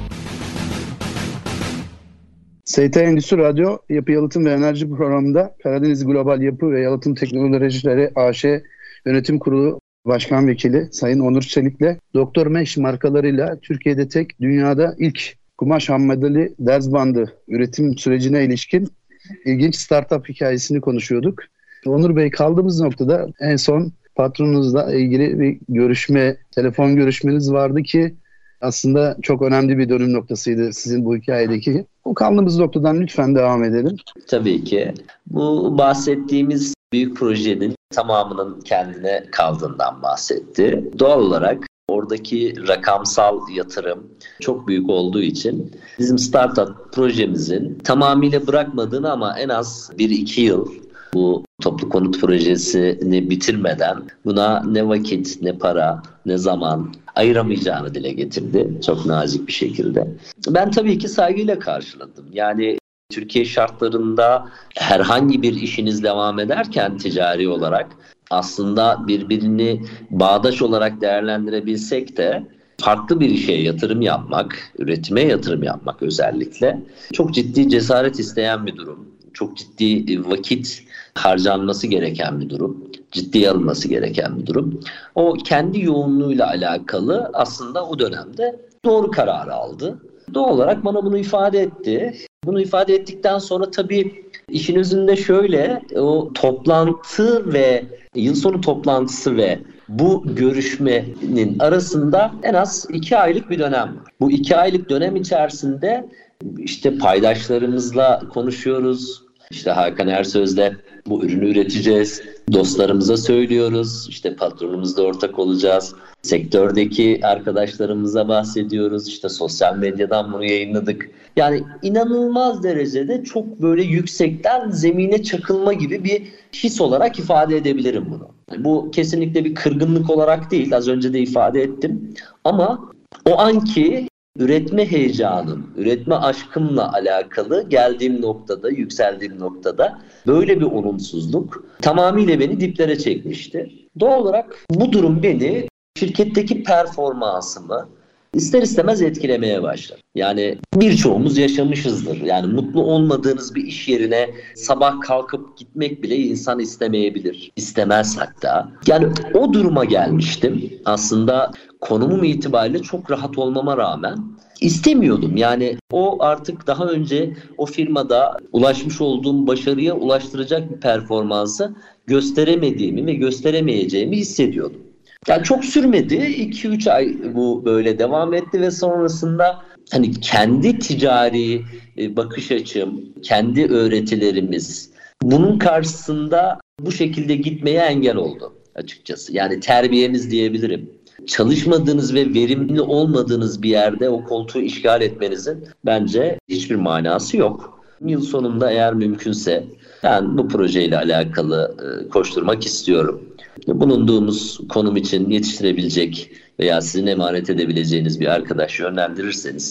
ST Endüstri Radyo Yapı Yalıtım ve Enerji programında Karadeniz Global Yapı ve Yalıtım Teknolojileri AŞ Yönetim Kurulu Başkan Vekili Sayın Onur Çelik'le Doktor Mesh markalarıyla Türkiye'de tek, dünyada ilk kumaş hammadeli ders bandı üretim sürecine ilişkin ilginç startup hikayesini konuşuyorduk. Onur Bey, kaldığımız noktada en son patronunuzla ilgili bir görüşme, telefon görüşmeniz vardı ki aslında çok önemli bir dönüm noktasıydı sizin bu hikayedeki. O kaldığımız noktadan lütfen devam edelim. Tabii ki. Bu bahsettiğimiz büyük projenin tamamının kendine kaldığından bahsetti. Doğal olarak oradaki rakamsal yatırım çok büyük olduğu için bizim startup projemizin tamamıyla bırakmadığını ama en az 1-2 yıl bu toplu konut projesini bitirmeden buna ne vakit, ne para, ne zaman ayıramayacağını dile getirdi çok nazik bir şekilde. Ben tabii ki saygıyla karşıladım. Yani Türkiye şartlarında herhangi bir işiniz devam ederken ticari olarak aslında birbirini bağdaş olarak değerlendirebilsek de farklı bir işe yatırım yapmak, üretime yatırım yapmak özellikle çok ciddi cesaret isteyen bir durum. Çok ciddi vakit harcanması gereken bir durum. Ciddiye alınması gereken bir durum. O kendi yoğunluğuyla alakalı aslında o dönemde doğru kararı aldı. Doğal olarak bana bunu ifade etti. Bunu ifade ettikten sonra tabii işin özünde şöyle, o toplantı ve yıl sonu toplantısı ve bu görüşmenin arasında en az 2 aylık bir dönem var. Bu 2 aylık dönem içerisinde işte paydaşlarımızla konuşuyoruz. İşte Hakan Ersöz'le bu ürünü üreteceğiz. Dostlarımıza söylüyoruz. İşte patronumuzla ortak olacağız. Sektördeki arkadaşlarımıza bahsediyoruz. İşte sosyal medyadan bunu yayınladık. Yani inanılmaz derecede çok böyle yüksekten zemine çakılma gibi bir his olarak ifade edebilirim bunu. Bu kesinlikle bir kırgınlık olarak değil. Az önce de ifade ettim. Ama o anki üretme heyecanım, üretme aşkımla alakalı geldiğim noktada, yükseldiğim noktada böyle bir olumsuzluk tamamıyla beni diplere çekmişti. Doğal olarak bu durum beni, şirketteki performansımı ister istemez etkilemeye başladı. Yani birçoğumuz yaşamışızdır. Yani mutlu olmadığınız bir iş yerine sabah kalkıp gitmek bile insan istemeyebilir. İstemez hatta. Yani o duruma gelmiştim. Aslında konumum itibariyle çok rahat olmama rağmen istemiyordum. Yani o artık daha önce o firmada ulaşmış olduğum başarıya ulaştıracak bir performansı gösteremediğimi ve gösteremeyeceğimi hissediyordum. Yani çok sürmedi. 2-3 ay bu böyle devam etti ve sonrasında hani kendi ticari bakış açım, kendi öğretilerimiz bunun karşısında bu şekilde gitmeye engel oldu açıkçası. Yani terbiyemiz diyebilirim. Çalışmadığınız ve verimli olmadığınız bir yerde o koltuğu işgal etmenizin bence hiçbir manası yok. Yıl sonunda eğer mümkünse ben bu projeyle alakalı koşturmak istiyorum. Bulunduğumuz konum için yetiştirebilecek veya sizin emanet edebileceğiniz bir arkadaş yönlendirirseniz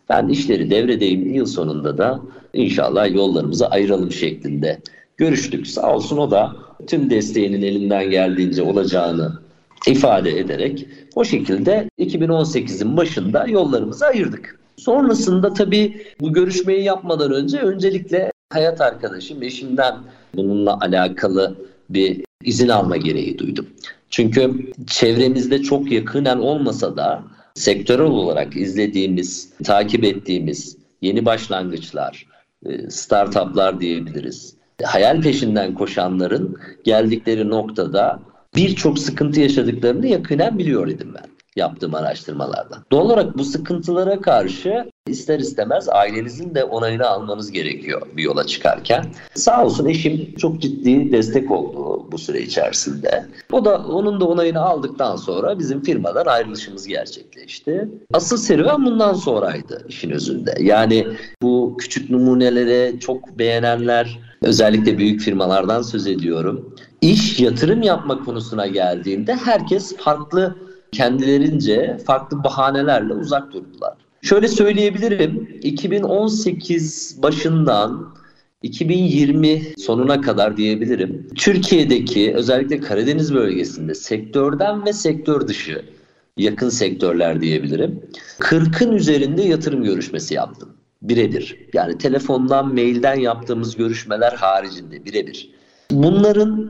Ben işleri devredeyim, yıl sonunda da inşallah yollarımızı ayıralım şeklinde görüştük. Sağ olsun o da tüm desteğinin elinden geldiğince olacağını ifade ederek o şekilde 2018'in başında yollarımızı ayırdık. Sonrasında tabii bu görüşmeyi yapmadan önce öncelikle hayat arkadaşım, eşimden bununla alakalı bir izin alma gereği duydum. Çünkü çevremizde çok yakinen olmasa da sektörel olarak izlediğimiz, takip ettiğimiz yeni başlangıçlar, startuplar diyebiliriz. Hayal peşinden koşanların geldikleri noktada birçok sıkıntı yaşadıklarını yakinen biliyor idim ben yaptığım araştırmalarda. Doğal olarak bu sıkıntılara karşı ister istemez ailenizin de onayını almanız gerekiyor bir yola çıkarken. Sağ olsun eşim çok ciddi destek oldu bu süre içerisinde. Onun da onayını aldıktan sonra bizim firmadan ayrılışımız gerçekleşti. Asıl serüven bundan sonraydı işin özünde. Yani bu küçük numunelere çok beğenenler, özellikle büyük firmalardan söz ediyorum. İş, yatırım yapma konusuna geldiğinde herkes kendilerince farklı bahanelerle uzak durdular. Şöyle söyleyebilirim, 2018 başından 2020 sonuna kadar diyebilirim. Türkiye'deki özellikle Karadeniz bölgesinde sektörden ve sektör dışı yakın sektörler diyebilirim. 40'ın üzerinde yatırım görüşmesi yaptım. Birebir. Yani telefondan, mailden yaptığımız görüşmeler haricinde birebir. Bunların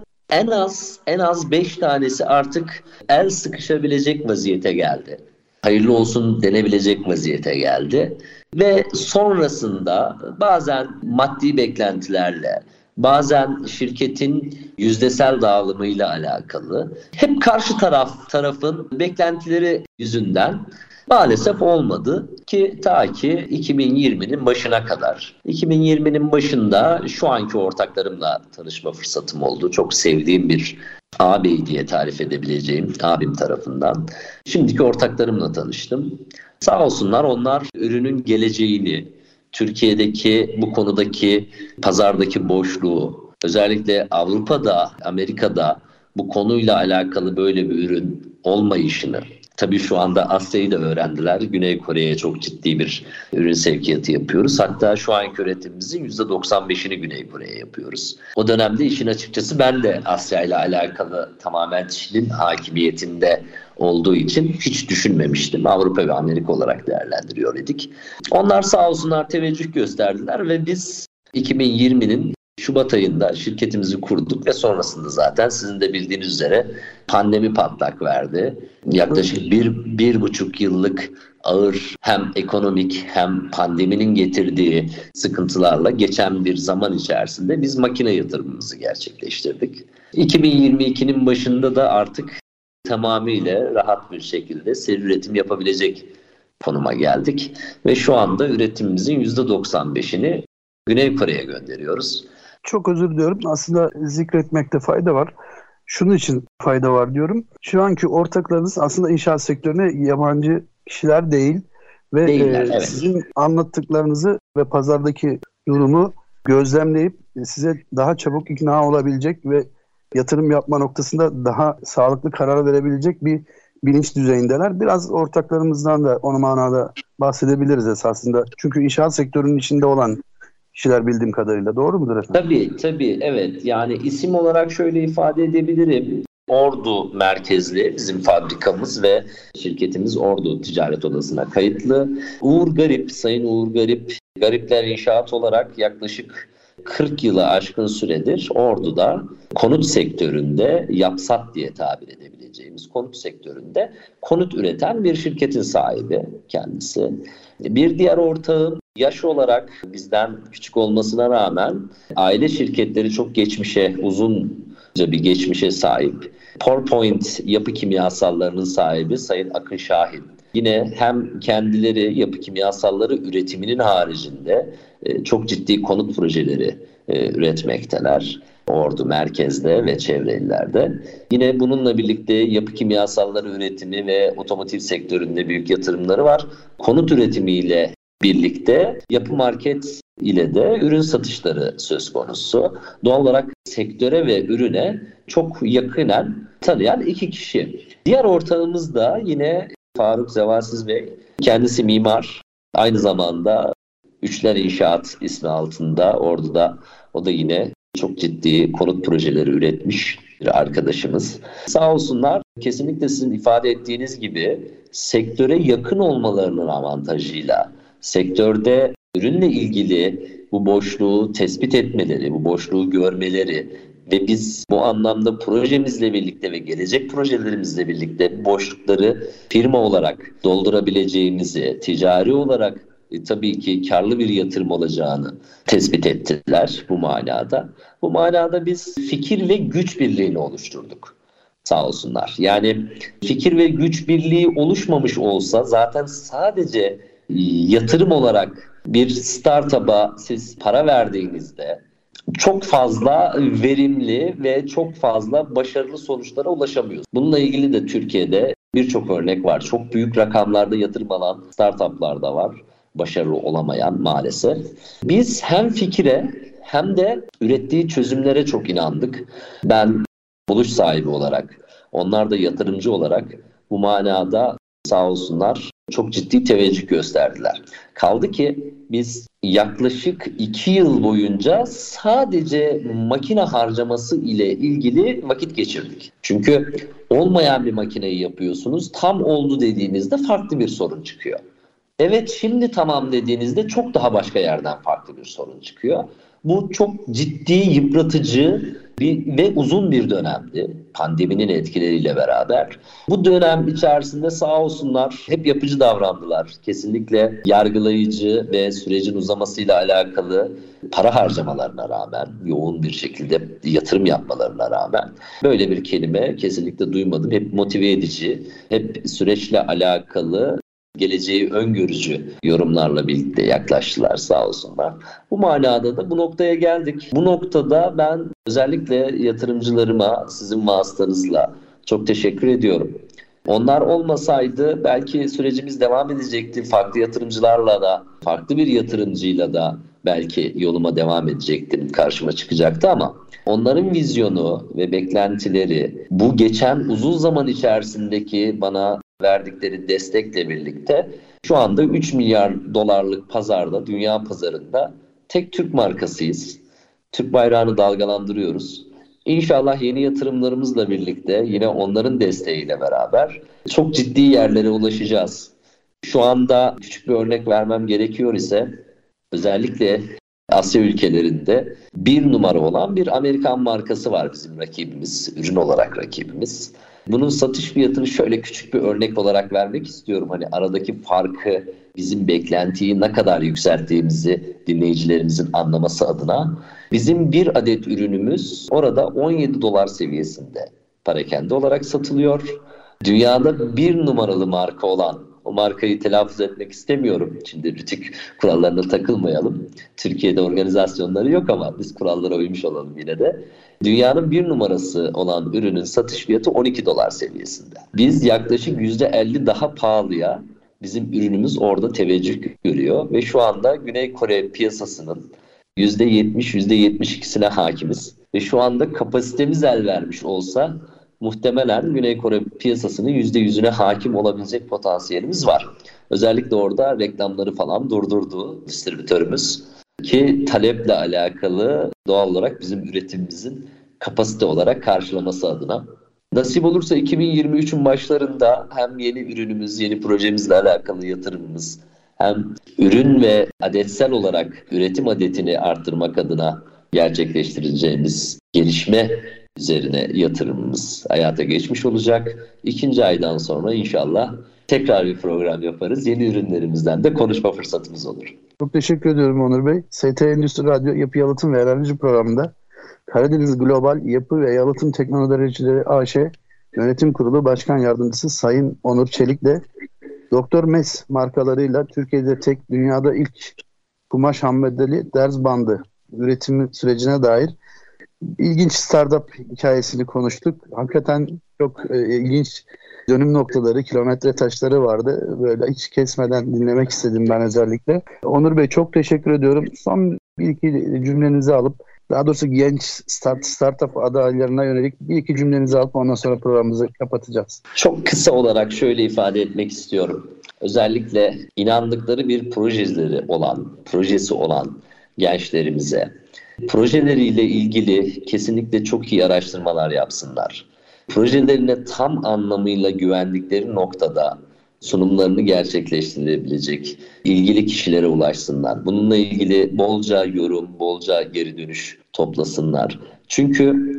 en az 5 tanesi artık el sıkışabilecek vaziyete geldi. Hayırlı olsun denebilecek vaziyete geldi. Ve sonrasında bazen maddi beklentilerle, bazen şirketin yüzdesel dağılımıyla alakalı hep karşı tarafın beklentileri yüzünden maalesef olmadı ki ta ki 2020'nin başına kadar. 2020'nin başında şu anki ortaklarımla tanışma fırsatım oldu. Çok sevdiğim bir ağabey diye tarif edebileceğim abim tarafından. Şimdiki ortaklarımla tanıştım. Sağ olsunlar, onlar ürünün geleceğini, Türkiye'deki bu konudaki pazardaki boşluğu, özellikle Avrupa'da, Amerika'da bu konuyla alakalı böyle bir ürün olmayışını, tabii şu anda Asya'yı da öğrendiler. Güney Kore'ye çok ciddi bir ürün sevkiyatı yapıyoruz. Hatta şu anki üretimimizin %95'ini Güney Kore'ye yapıyoruz. O dönemde işin açıkçası ben de Asya ile alakalı tamamen Çin'in hakimiyetinde olduğu için hiç düşünmemiştim. Avrupa ve Amerika olarak değerlendiriyor idik. Onlar sağ olsunlar teveccüh gösterdiler ve biz 2020'nin Şubat ayında şirketimizi kurduk ve sonrasında zaten sizin de bildiğiniz üzere pandemi patlak verdi. Yaklaşık bir buçuk yıllık ağır hem ekonomik hem pandeminin getirdiği sıkıntılarla geçen bir zaman içerisinde biz makine yatırımımızı gerçekleştirdik. 2022'nin başında da artık tamamıyla rahat bir şekilde seri üretim yapabilecek konuma geldik. Ve şu anda üretimimizin %95'ini Güney Kore'ye gönderiyoruz. Çok özür diliyorum. Aslında zikretmekte fayda var. Şunun için fayda var diyorum. Şu anki ortaklarınız aslında inşaat sektörüne yabancı kişiler değil. Ve değiller, evet. Sizin anlattıklarınızı ve pazardaki durumu gözlemleyip size daha çabuk ikna olabilecek ve yatırım yapma noktasında daha sağlıklı karar verebilecek bir bilinç düzeyindeler. Biraz ortaklarımızdan da o manada bahsedebiliriz esasında. Çünkü inşaat sektörünün içinde olan kişiler bildiğim kadarıyla. Doğru mudur efendim? Tabii evet. Yani isim olarak şöyle ifade edebilirim. Ordu merkezli bizim fabrikamız ve şirketimiz Ordu Ticaret Odası'na kayıtlı. Sayın Uğur Garip, Garipler İnşaat olarak yaklaşık 40 yılı aşkın süredir Ordu'da konut sektöründe yapsat diye tabir edebileceğimiz konut sektöründe konut üreten bir şirketin sahibi kendisi. Bir diğer ortağım yaş olarak bizden küçük olmasına rağmen aile şirketleri çok uzunca bir geçmişe sahip. PowerPoint yapı kimyasallarının sahibi Sayın Akın Şahin. Yine hem kendileri yapı kimyasalları üretiminin haricinde çok ciddi konut projeleri üretmekteler. Ordu merkezde ve çevre illerde. Yine bununla birlikte yapı kimyasalları üretimi ve otomotiv sektöründe büyük yatırımları var. Konut üretimiyle birlikte yapı market ile de ürün satışları söz konusu. Doğal olarak sektöre ve ürüne çok yakinen tanıyan iki kişi. Diğer ortağımız da yine Faruk Zevasiz Bey. Kendisi mimar. Aynı zamanda Üçler İnşaat ismi altında Ordu'da o da yine çok ciddi konut projeleri üretmiş bir arkadaşımız. Sağ olsunlar, kesinlikle sizin ifade ettiğiniz gibi sektöre yakın olmalarının avantajıyla sektörde ürünle ilgili bu boşluğu tespit etmeleri, bu boşluğu görmeleri ve biz bu anlamda projemizle birlikte ve gelecek projelerimizle birlikte bu boşlukları firma olarak doldurabileceğimizi, ticari olarak tabii ki karlı bir yatırım olacağını tespit ettiler bu manada. Bu manada biz fikir ve güç birliğini oluşturduk. Sağ olsunlar. Yani fikir ve güç birliği oluşmamış olsa zaten sadece yatırım olarak bir startup'a siz para verdiğinizde çok fazla verimli ve çok fazla başarılı sonuçlara ulaşamıyoruz. Bununla ilgili de Türkiye'de birçok örnek var. Çok büyük rakamlarda yatırım alan startup'lar da var. Başarılı olamayan maalesef. Biz hem fikire hem de ürettiği çözümlere çok inandık. Ben buluş sahibi olarak, onlar da yatırımcı olarak bu manada sağ olsunlar çok ciddi teveccüh gösterdiler. Kaldı ki biz yaklaşık 2 yıl boyunca sadece makine harcaması ile ilgili vakit geçirdik. Çünkü olmayan bir makineyi yapıyorsunuz, tam oldu dediğinizde farklı bir sorun çıkıyor. Evet, şimdi tamam dediğinizde çok daha başka yerden farklı bir sorun çıkıyor. Bu çok ciddi, yıpratıcı ve uzun bir dönemdi pandeminin etkileriyle beraber. Bu dönem içerisinde sağ olsunlar hep yapıcı davrandılar. Kesinlikle yargılayıcı ve sürecin uzamasıyla alakalı para harcamalarına rağmen, yoğun bir şekilde yatırım yapmalarına rağmen böyle bir kelime kesinlikle duymadım. Hep motive edici, hep süreçle alakalı geleceği öngörücü yorumlarla birlikte yaklaştılar sağ olsunlar. Bu manada da bu noktaya geldik. Bu noktada ben özellikle yatırımcılarıma sizin vasıtanızla çok teşekkür ediyorum. Onlar olmasaydı belki sürecimiz devam edecekti. Farklı yatırımcılarla da, farklı bir yatırımcıyla da belki yoluma devam edecektim, karşıma çıkacaktı ama onların vizyonu ve beklentileri bu geçen uzun zaman içerisindeki bana verdikleri destekle birlikte şu anda 3 milyar dolarlık pazarda, dünya pazarında tek Türk markasıyız. Türk bayrağını dalgalandırıyoruz. İnşallah yeni yatırımlarımızla birlikte yine onların desteğiyle beraber çok ciddi yerlere ulaşacağız. Şu anda küçük bir örnek vermem gerekiyor ise özellikle Asya ülkelerinde bir numara olan bir Amerikan markası var bizim rakibimiz, ürün olarak rakibimiz. Bunun satış fiyatını şöyle küçük bir örnek olarak vermek istiyorum. Hani aradaki farkı, bizim beklentiyi ne kadar yükselttiğimizi dinleyicilerimizin anlaması adına. Bizim bir adet ürünümüz orada 17 dolar seviyesinde parakende olarak satılıyor. Dünyada bir numaralı marka olan, o markayı telaffuz etmek istemiyorum. Şimdi rütük kurallarına takılmayalım. Türkiye'de organizasyonları yok ama biz kurallara uymuş olalım yine de. Dünyanın bir numarası olan ürünün satış fiyatı 12 dolar seviyesinde. Biz yaklaşık %50 daha pahalıya bizim ürünümüz orada teveccüh görüyor ve şu anda Güney Kore piyasasının %70, %72'sine hakimiz. Ve şu anda kapasitemiz el vermiş olsa muhtemelen Güney Kore piyasasının %100'üne hakim olabilecek potansiyelimiz var. Özellikle orada reklamları falan durdurdu distribütörümüz. Ki taleple alakalı doğal olarak bizim üretimimizin kapasite olarak karşılaması adına. Nasip olursa 2023'ün başlarında hem yeni ürünümüz, yeni projemizle alakalı yatırımımız, hem ürün ve adetsel olarak üretim adetini arttırmak adına gerçekleştireceğimiz gelişme üzerine yatırımımız hayata geçmiş olacak. 2. aydan sonra inşallah tekrar bir program yaparız. Yeni ürünlerimizden de konuşma fırsatımız olur. Çok teşekkür ediyorum Onur Bey. ST Endüstri Radyo Yapı Yalıtım ve Enerji programında Karadeniz Global Yapı ve Yalıtım Teknolojileri AŞ Yönetim Kurulu Başkan Yardımcısı Sayın Onur Çelik'le Doktor Mes markalarıyla Türkiye'de tek, dünyada ilk kumaş hammaddeli derz bandı üretimi sürecine dair ilginç startup hikayesini konuştuk. Hakikaten çok ilginç dönüm noktaları, kilometre taşları vardı. Böyle hiç kesmeden dinlemek istedim ben özellikle. Onur Bey çok teşekkür ediyorum. Son bir iki cümlenizi alıp, daha doğrusu genç startup adaylarına yönelik bir iki cümlenizi alıp ondan sonra programımızı kapatacağız. Çok kısa olarak şöyle ifade etmek istiyorum. özellikle inandıkları bir projesi olan gençlerimize projeleriyle ilgili kesinlikle çok iyi araştırmalar yapsınlar. Projelerine tam anlamıyla güvendikleri noktada sunumlarını gerçekleştirebilecek ilgili kişilere ulaşsınlar. Bununla ilgili bolca yorum, bolca geri dönüş toplasınlar. Çünkü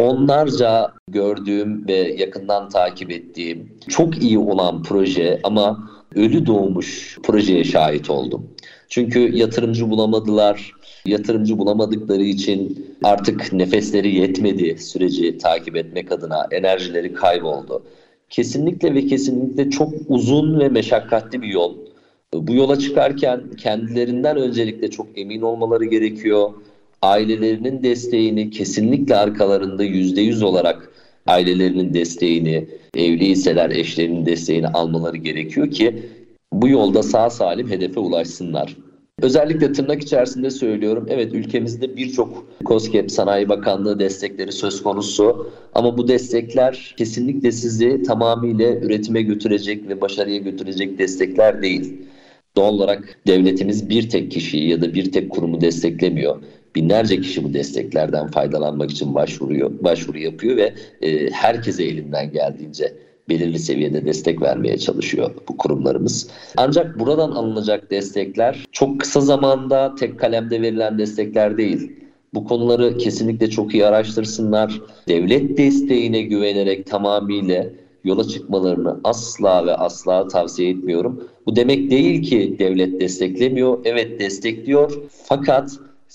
onlarca gördüğüm ve yakından takip ettiğim çok iyi olan proje ama ölü doğmuş projeye şahit oldum. Çünkü yatırımcı bulamadılar. Yatırımcı bulamadıkları için artık nefesleri yetmedi süreci takip etmek adına, enerjileri kayboldu. Kesinlikle ve kesinlikle çok uzun ve meşakkatli bir yol. Bu yola çıkarken kendilerinden öncelikle çok emin olmaları gerekiyor. Ailelerinin desteğini kesinlikle arkalarında %100 olarak ailelerinin desteğini, evliyseler eşlerinin desteğini almaları gerekiyor ki bu yolda sağ salim hedefe ulaşsınlar. Özellikle tırnak içerisinde söylüyorum. Evet, ülkemizde birçok KOSGEB Sanayi Bakanlığı destekleri söz konusu. Ama bu destekler kesinlikle sizi tamamıyla üretime götürecek ve başarıya götürecek destekler değil. Doğal olarak devletimiz bir tek kişiyi ya da bir tek kurumu desteklemiyor. Binlerce kişi bu desteklerden faydalanmak için başvuru yapıyor ve herkese elinden geldiğince belirli seviyede destek vermeye çalışıyor bu kurumlarımız. Ancak buradan alınacak destekler çok kısa zamanda tek kalemde verilen destekler değil. Bu konuları kesinlikle çok iyi araştırsınlar. Devlet desteğine güvenerek tamamıyla yola çıkmalarını asla ve asla tavsiye etmiyorum. Bu demek değil ki devlet desteklemiyor. Evet, destekliyor. Fakat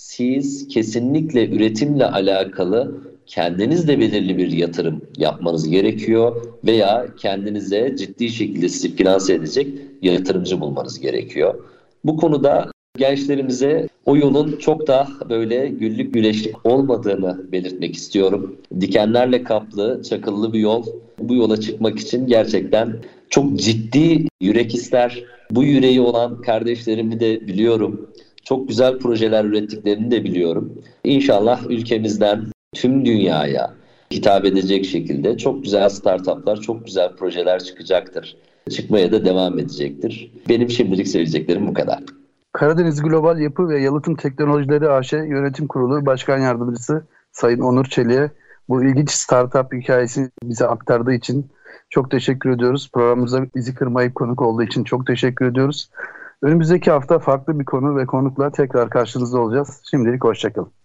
siz kesinlikle üretimle alakalı kendiniz de belirli bir yatırım yapmanız gerekiyor veya kendinize ciddi şekilde sizi finanse edecek yatırımcı bulmanız gerekiyor. Bu konuda gençlerimize o yolun çok da böyle güllük güneşlik olmadığını belirtmek istiyorum. Dikenlerle kaplı, çakıllı bir yol. Bu yola çıkmak için gerçekten çok ciddi yürek ister. Bu yüreği olan kardeşlerimi de biliyorum. Çok güzel projeler ürettiklerini de biliyorum. İnşallah ülkemizden tüm dünyaya hitap edecek şekilde çok güzel startuplar, çok güzel projeler çıkacaktır. Çıkmaya da devam edecektir. Benim şimdilik söyleyeceklerim bu kadar. Karadeniz Global Yapı ve Yalıtım Teknolojileri AŞ Yönetim Kurulu Başkan Yardımcısı Sayın Onur Çelik'e bu ilginç startup hikayesini bize aktardığı için çok teşekkür ediyoruz. Programımıza bizi kırmayıp konuk olduğu için çok teşekkür ediyoruz. Önümüzdeki hafta farklı bir konu ve konukla tekrar karşınızda olacağız. Şimdilik hoşçakalın.